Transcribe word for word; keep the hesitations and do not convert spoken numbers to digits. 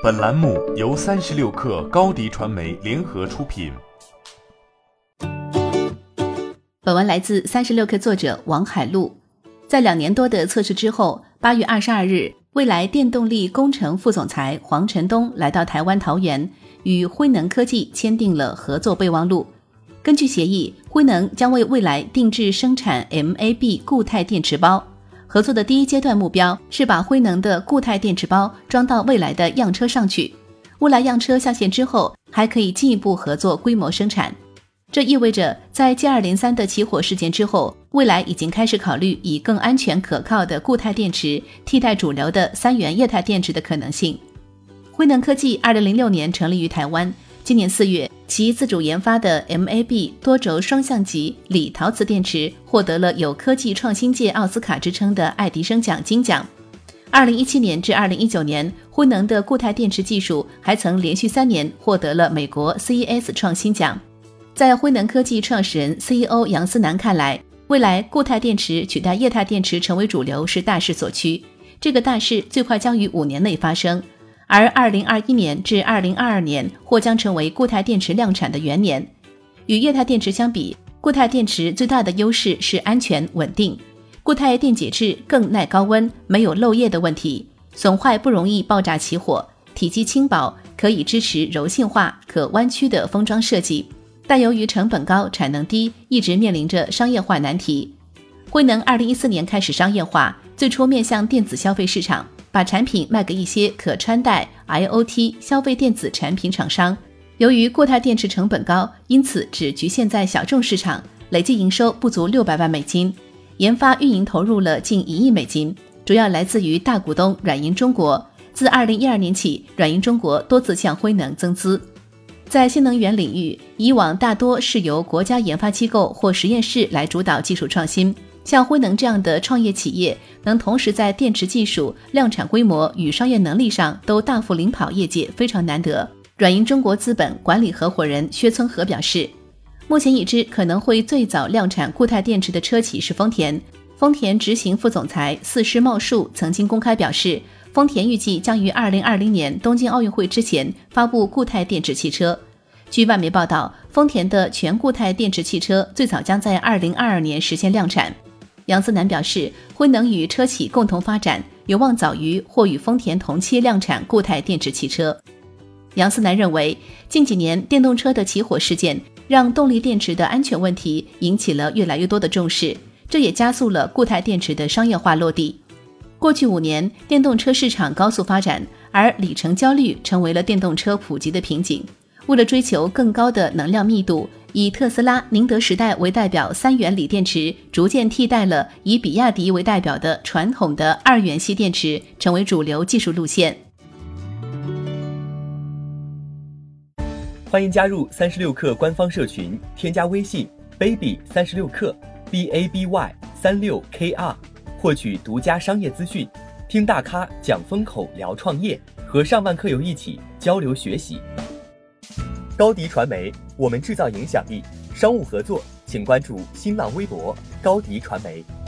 本栏目由三十六氪高迪传媒联合出品。 本文来自三十六氪作者王海璐。在两年多的测试之后，八月二十二日，蔚来电动力工程副总裁黄晨东来到台湾桃园，与辉能科技签订了合作备忘录。根据协议，辉能将为蔚来定制生产 M A B 固态电池包。合作的第一阶段目标是把辉能的固态电池包装到蔚来的样车上去。未来样车下线之后，还可以进一步合作规模生产。这意味着在接二连三的起火事件之后，蔚来已经开始考虑以更安全可靠的固态电池替代主流的三元液态电池的可能性。辉能科技二零零六年成立于台湾，今年四月，其自主研发的 M A B 多轴双向极锂陶瓷电池获得了有科技创新界奥斯卡之称的爱迪生奖金奖。二零一七年至二零一九年，辉能的固态电池技术还曾连续三年获得了美国 C E S 创新奖。在辉能科技创始人 C E O 杨思南看来，未来固态电池取代液态电池成为主流是大势所趋，这个大势最快将于五年内发生。而二零二一年至二零二二年或将成为固态电池量产的元年。与液态电池相比，固态电池最大的优势是安全稳定。固态电解质更耐高温，没有漏液的问题，损坏不容易爆炸起火，体积轻薄，可以支持柔性化、可弯曲的封装设计。但由于成本高、产能低，一直面临着商业化难题。辉能二零一四年开始商业化，最初面向电子消费市场，把产品卖给一些可穿戴 I O T 消费电子产品厂商。由于固态电池成本高，因此只局限在小众市场，累计营收不足六百万美金，研发运营投入了近一亿美金，主要来自于大股东软银中国。自二零一二年起，软银中国多次向辉能增资。在新能源领域，以往大多是由国家研发机构或实验室来主导技术创新，像辉能这样的创业企业能同时在电池技术、量产规模与商业能力上都大幅领跑业界，非常难得。软银中国资本管理合伙人薛村和表示，目前已知可能会最早量产固态电池的车企是丰田。丰田执行副总裁四师茂树曾经公开表示，丰田预计将于二零二零年东京奥运会之前发布固态电池汽车。据外媒报道，丰田的全固态电池汽车最早将在二零二二年实现量产。杨思南表示，辉能与车企共同发展，有望早于或与丰田同期量产固态电池汽车。杨思南认为，近几年电动车的起火事件让动力电池的安全问题引起了越来越多的重视，这也加速了固态电池的商业化落地。过去五年，电动车市场高速发展，而里程焦虑成为了电动车普及的瓶颈。为了追求更高的能量密度，以特斯拉、宁德时代为代表三元锂电池逐渐替代了以比亚迪为代表的传统的二元系电池，成为主流技术路线。 欢迎加入三十六氪官方社群，添加微信 baby 三十六氪 B A B Y 三六 K R， 获取独家商业资讯，听大咖讲风口，聊创业，和上万客友一起交流学习。高迪传媒，我们制造影响力。商务合作请关注新浪微博高迪传媒。